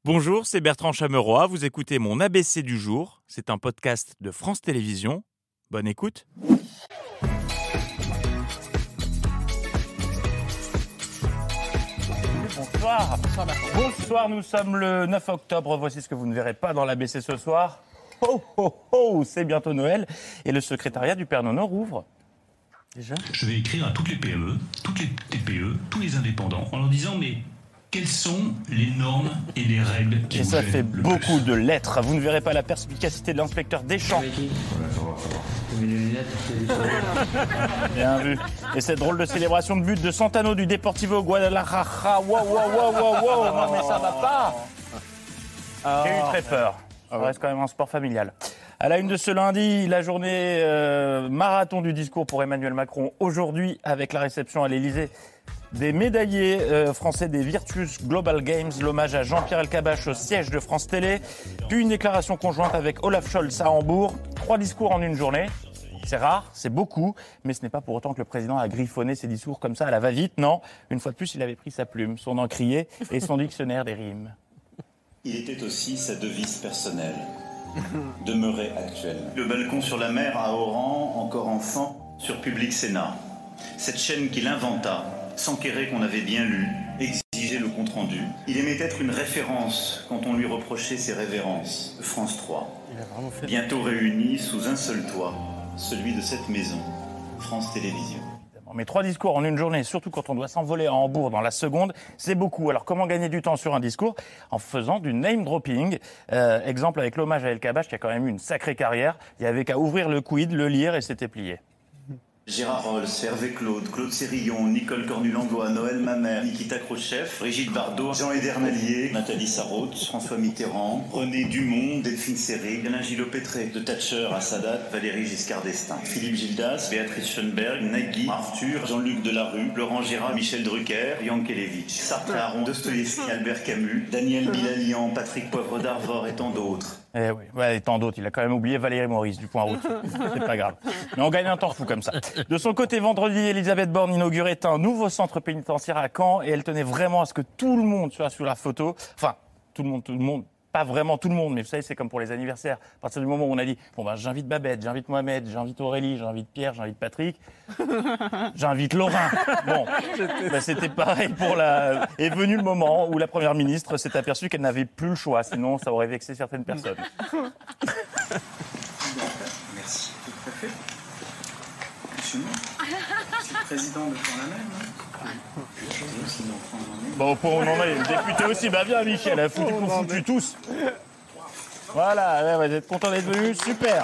Bonjour, c'est Bertrand Chameroy, vous écoutez mon ABC du jour. C'est un podcast de France Télévisions. Bonne écoute. Bonsoir, nous sommes le 9 octobre. Voici ce que vous ne verrez pas dans l'ABC ce soir. Ho, ho, ho, c'est bientôt Noël et le secrétariat du Père Nono rouvre. Déjà ? Je vais écrire à toutes les PME, toutes les TPE, tous les indépendants en leur disant mais quelles sont les normes et les règles qui Et vous ça gênent fait le beaucoup plus. de lettres. Vous ne verrez pas la perspicacité de l'inspecteur Deschamps. Bien vu. Et cette drôle de célébration de but de Santano du Deportivo Guadalajara. Wow. Non mais ça va pas. J'ai eu très peur. Ça reste quand même un sport familial. À la une de ce lundi, la journée marathon du discours pour Emmanuel Macron. Aujourd'hui, avec la réception à l'Élysée des médaillés français des Virtus Global Games, l'hommage à Jean-Pierre Elkabbach au siège de France Télé, puis une déclaration conjointe avec Olaf Scholz à Hambourg. 3 discours en une journée. C'est rare, c'est beaucoup, mais ce n'est pas pour autant que le président a griffonné ses discours comme ça à la va-vite. Non, une fois de plus, il avait pris sa plume, son encrier et son dictionnaire des rimes. Il était aussi sa devise personnelle, demeurer actuelle. Le balcon sur la mer à Oran, encore enfant, sur Public Sénat. Cette chaîne qu'il inventa, s'enquérait qu'on avait bien lu, exigeait le compte-rendu. Il aimait être une référence quand on lui reprochait ses révérences. France 3, bientôt réunis sous un seul toit, celui de cette maison, France Télévisions. Mais 3 discours en une journée, surtout quand on doit s'envoler à Hambourg dans la seconde, c'est beaucoup. Alors comment gagner du temps sur un discours ? En faisant du name dropping. Exemple avec l'hommage à Elkabbach qui a quand même eu une sacrée carrière. Il n'y avait qu'à ouvrir le quid, le lire et c'était plié. Gérard Rolls, Hervé Claude Sérillon, Nicole Cornu-Langlois, Noël Mamère, Nikita Khrouchtchev, Brigitte Bardot, Jean-Éder Nallier, Nathalie Sarraute, François Mitterrand, René Dumont, Delphine Seyrig, Alain Gillot-Pétré, de Thatcher à Sadat, Valéry Giscard d'Estaing, Philippe Gildas, Béatrice Schoenberg, Nagui, Arthur, Jean-Luc Delarue, Laurent Gérard, Michel Drucker, Yankelevitch, Sartre Aron, Dostoïevski, Albert Camus, Daniel Bilalian, Patrick Poivre d'Arvor et tant d'autres. Eh oui, ouais, et tant d'autres. Il a quand même oublié Valérie Maurice du point route. C'est pas grave. Mais on gagne un temps fou comme ça. De son côté, vendredi, Elisabeth Borne inaugurait un nouveau centre pénitentiaire à Caen et elle tenait vraiment à ce que tout le monde soit sur la photo. Enfin, tout le monde. Pas vraiment tout le monde, mais vous savez, c'est comme pour les anniversaires. À partir du moment où on a dit, bon ben, j'invite Babette, j'invite Mohamed, j'invite Aurélie, j'invite Pierre, j'invite Patrick, j'invite Laurent. Bon, ben, c'était pareil pour la... Est venu le moment où la Première ministre s'est aperçue qu'elle n'avait plus le choix, sinon ça aurait vexé certaines personnes. Merci. Tout à fait. Monsieur le président de faire la même, Bon, au point où on en est, le député aussi, bah bien Michel, a foutu qu'on foutu tous. Voilà, ouais, vous êtes content d'être venu, super.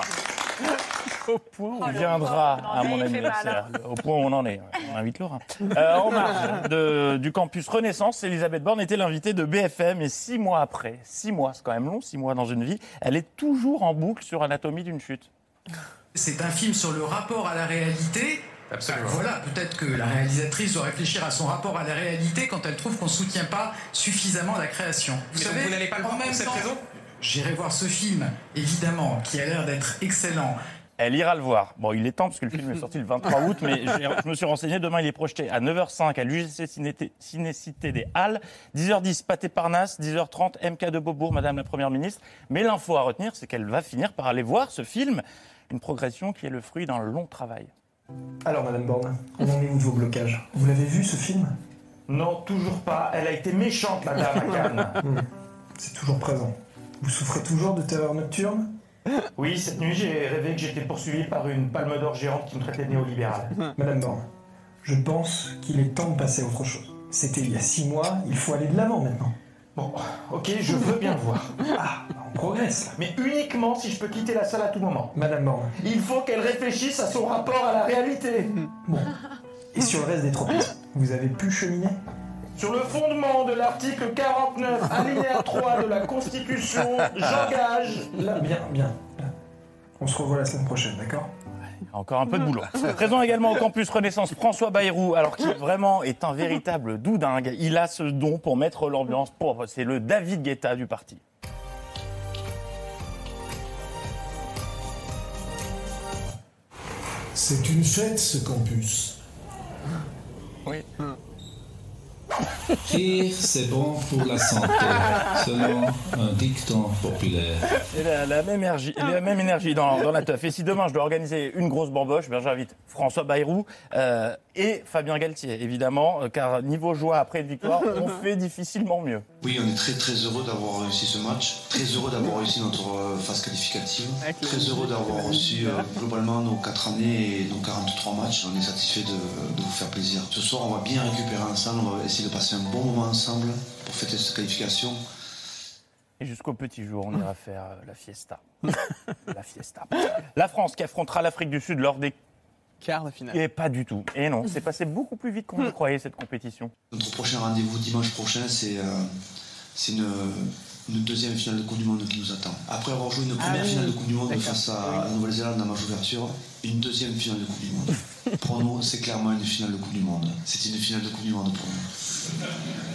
Au point où on viendra à mon anniversaire, au point où on en est, on invite Laurent. En marge du campus Renaissance, Elisabeth Borne était l'invitée de BFM et 6 mois après, 6 mois, c'est quand même long, 6 mois dans une vie, elle est toujours en boucle sur Anatomie d'une chute. C'est un film sur le rapport à la réalité. Absolument. Voilà, peut-être que la réalisatrice doit réfléchir à son rapport à la réalité quand elle trouve qu'on ne soutient pas suffisamment la création. Vous savez, vous n'allez pas le voir pour cette raison ? J'irai voir ce film, évidemment, qui a l'air d'être excellent. Elle ira le voir. Bon, il est temps parce que le film est sorti le 23 août, mais je me suis renseigné. Demain, il est projeté à 9h05 à l'UGC Cinécité des Halles, 10h10 Pâté Parnasse, 10h30 MK de Beaubourg, Madame la Première ministre. Mais l'info à retenir, c'est qu'elle va finir par aller voir ce film, une progression qui est le fruit d'un long travail. Alors, Madame Borne, on en est où de vos blocages ? Vous l'avez vu, ce film ? Non, toujours pas. Elle a été méchante, Madame, à Cannes. C'est toujours présent. Vous souffrez toujours de terreur nocturne ? Oui, cette nuit, j'ai rêvé que j'étais poursuivi par une palme d'or géante qui me traitait de néolibéral. Madame Borne, je pense qu'il est temps de passer à autre chose. C'était il y a 6 mois, il faut aller de l'avant maintenant. Bon, ok, je veux bien le voir. Ah, on progresse là. Mais uniquement si je peux quitter la salle à tout moment. Madame Borne. Il faut qu'elle réfléchisse à son rapport à la réalité. Bon. Et sur le reste des tropismes, vous avez pu cheminer ? Sur le fondement de l'article 49, alinéa 3 de la Constitution, j'engage... Là, bien. On se revoit la semaine prochaine, d'accord ? Encore un peu de boulot. Présent également au campus Renaissance, François Bayrou, alors qui vraiment est un véritable doudingue. Il a ce don pour mettre l'ambiance pauvre. C'est le David Guetta du parti. C'est une fête, ce campus. Oui. Rire, c'est bon pour la santé, selon un dicton populaire. Et la même énergie dans la teuf. Et si demain je dois organiser une grosse bamboche, j'invite François Bayrou et Fabien Galtier, évidemment, car niveau joie après une victoire, on fait difficilement mieux. Oui, on est très très heureux d'avoir réussi ce match, très heureux d'avoir réussi notre phase qualificative, très heureux d'avoir reçu globalement nos 4 années et nos 43 matchs. On est satisfait de vous faire plaisir. Ce soir, on va bien récupérer ensemble, on va essayer de passer un bon moment ensemble pour fêter cette qualification. Et jusqu'au petit jour, on ira faire la fiesta. La fiesta. La France qui affrontera l'Afrique du Sud lors des quarts de finale. Et pas du tout. Et non, c'est passé beaucoup plus vite qu'on le croyait, cette compétition. Notre prochain rendez-vous dimanche prochain, c'est une deuxième finale de Coupe du Monde qui nous attend. Après avoir joué une première finale de Coupe du Monde face à la Nouvelle-Zélande dans match d'ouverture, une deuxième finale de Coupe du Monde. Pour nous, c'est clairement une finale de Coupe du Monde. C'est une finale de Coupe du Monde pour nous.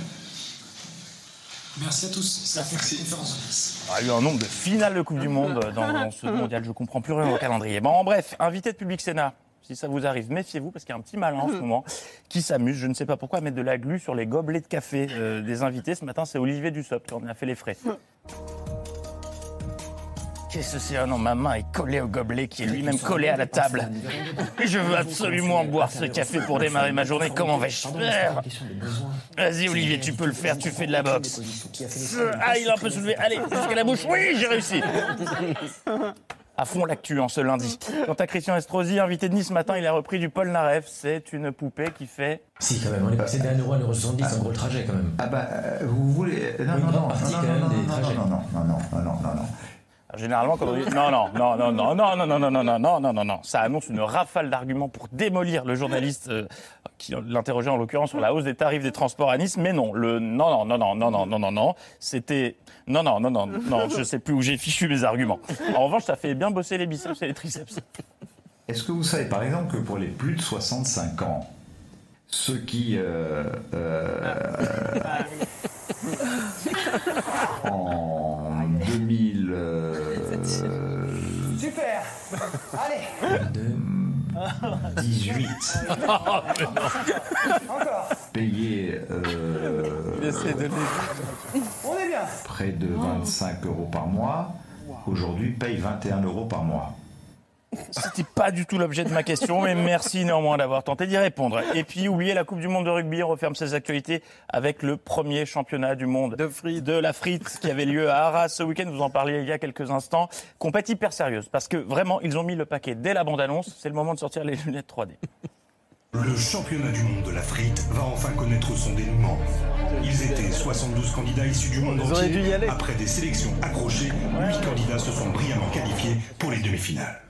Merci à tous. Ça fait cette conférence. Il y a eu un nombre de finales de Coupe du Monde dans ce mondial. Je ne comprends plus rien au calendrier. Bon, bref, invité de Public Sénat. Si ça vous arrive, méfiez-vous, parce qu'il y a un petit malin en ce moment qui s'amuse, je ne sais pas pourquoi, à mettre de la glu sur les gobelets de café des invités. Ce matin, c'est Olivier Dussopt qui en a fait les frais. Qu'est-ce que c'est? Ah non, ma main est collée au gobelet qui est lui-même collé à la table. Et je veux absolument boire ce café pour démarrer ma journée. Comment vais-je faire? Vas-y, Olivier, tu peux le faire, tu fais de la boxe. Ah, il a un peu soulevé. Allez, jusqu'à la bouche. Oui, j'ai réussi. À fond l'actu en ce lundi. Quant à Christian Estrosi, invité de Nice ce matin, il a repris du Paul Naref. C'est une poupée qui fait... Si, quand même, on est passé de 1 euro à 1,70 €, c'est un gros trajet quand même. Ah bah, vous voulez... Non. Généralement, quand on dit non, ça annonce une rafale d'arguments pour démolir le journaliste qui l'interrogeait en l'occurrence sur la hausse des tarifs des transports à Nice. Mais non, c'était non, je sais plus où j'ai fichu mes arguments. En revanche, ça fait bien bosser les biceps et les triceps. Est-ce que vous savez, par exemple, que pour les plus de 65 ans, ceux qui en 2000 Super. Allez. 18 Encore. payer On est bien. près de 25 € par mois, aujourd'hui paye 21 € par mois. C'était pas du tout l'objet de ma question, mais merci néanmoins d'avoir tenté d'y répondre. Et puis, oubliez la Coupe du Monde de rugby, on referme ses actualités avec le premier championnat du monde de la frite qui avait lieu à Arras ce week-end. Vous en parliez il y a quelques instants. Compète hyper sérieuse, parce que vraiment, ils ont mis le paquet dès la bande-annonce. C'est le moment de sortir les lunettes 3D. Le championnat du monde de la frite va enfin connaître son dénouement. Ils étaient 72 candidats issus du monde entier. Après des sélections accrochées, 8 candidats se sont brillamment qualifiés pour les demi-finales.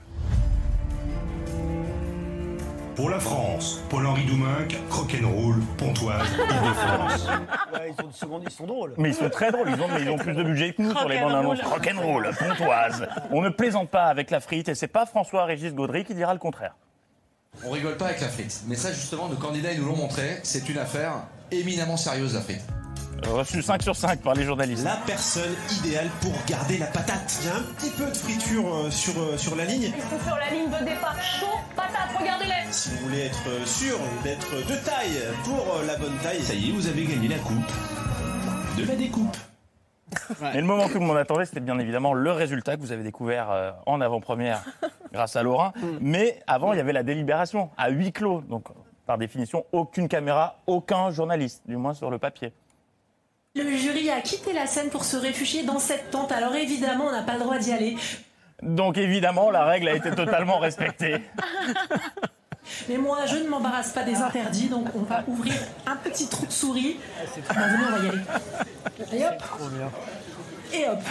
Pour la France, Paul-Henri Doumenc, Rock'n'Roll, Pontoise, Île-de-France. Ouais, ils ont 2 secondes, ils sont drôles. Mais ils sont très drôles, ils ont plus de budget que nous sur les bandes annonces. Rock'n'Roll, Pontoise. On ne plaisante pas avec la frite et c'est pas François-Régis Gaudry qui dira le contraire. On rigole pas avec la frite. Mais ça, justement, nos candidats, ils nous l'ont montré. C'est une affaire éminemment sérieuse, la frite. Reçu 5 sur 5 par les journalistes. La personne idéale pour garder la patate. Il y a un petit peu de friture sur la ligne. Ils sont sur la ligne de départ chaud, patate, regardez-les. Si vous voulez être sûr d'être de taille pour la bonne taille, Ça y est, vous avez gagné la coupe de la découpe. Et le moment que tout le monde attendait, c'était bien évidemment le résultat que vous avez découvert en avant-première grâce à Laurin. Mais avant, il y avait la délibération à huis clos. Donc, par définition, aucune caméra, aucun journaliste, du moins sur le papier. Le jury a quitté la scène pour se réfugier dans cette tente, alors évidemment on n'a pas le droit d'y aller. Donc évidemment la règle a été totalement respectée. Mais moi je ne m'embarrasse pas des interdits, donc on va ouvrir un petit trou de souris. Venez, on va y aller. Et hop. Et hop.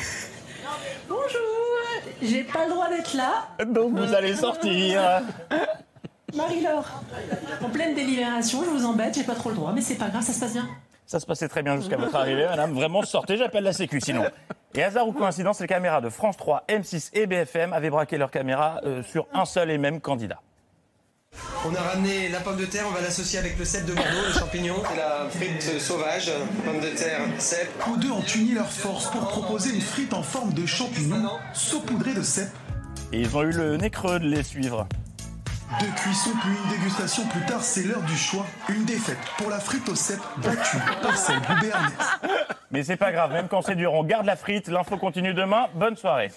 Bonjour, j'ai pas le droit d'être là. Donc vous allez sortir. Marie-Laure, en pleine délibération, je vous embête, j'ai pas trop le droit, mais c'est pas grave, ça se passe bien. Ça se passait très bien jusqu'à votre arrivée, madame. Vraiment, sortez, j'appelle la sécu, sinon. Et hasard ou coïncidence, les caméras de France 3, M6 et BFM avaient braqué leurs caméras sur un seul et même candidat. On a ramené la pomme de terre, on va l'associer avec le cèpe de Bordeaux, les champignons, et la frite sauvage, pomme de terre, cèpe. Tous deux ont uni leurs forces pour proposer une frite en forme de champignon saupoudrée de cèpe. Et ils ont eu le nez creux de les suivre. Deux cuissons puis une dégustation plus tard, c'est l'heure du choix. Une défaite pour la frite au cèpe battue par celle du Béarnais. Mais c'est pas grave, même quand c'est dur, on garde la frite. L'info continue demain. Bonne soirée.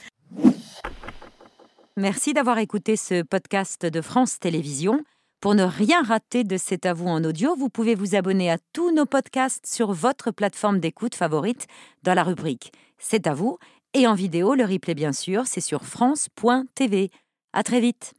Merci d'avoir écouté ce podcast de France Télévisions. Pour ne rien rater de C'est à vous en audio, vous pouvez vous abonner à tous nos podcasts sur votre plateforme d'écoute favorite dans la rubrique C'est à vous. Et en vidéo, le replay bien sûr, c'est sur France.tv. À très vite.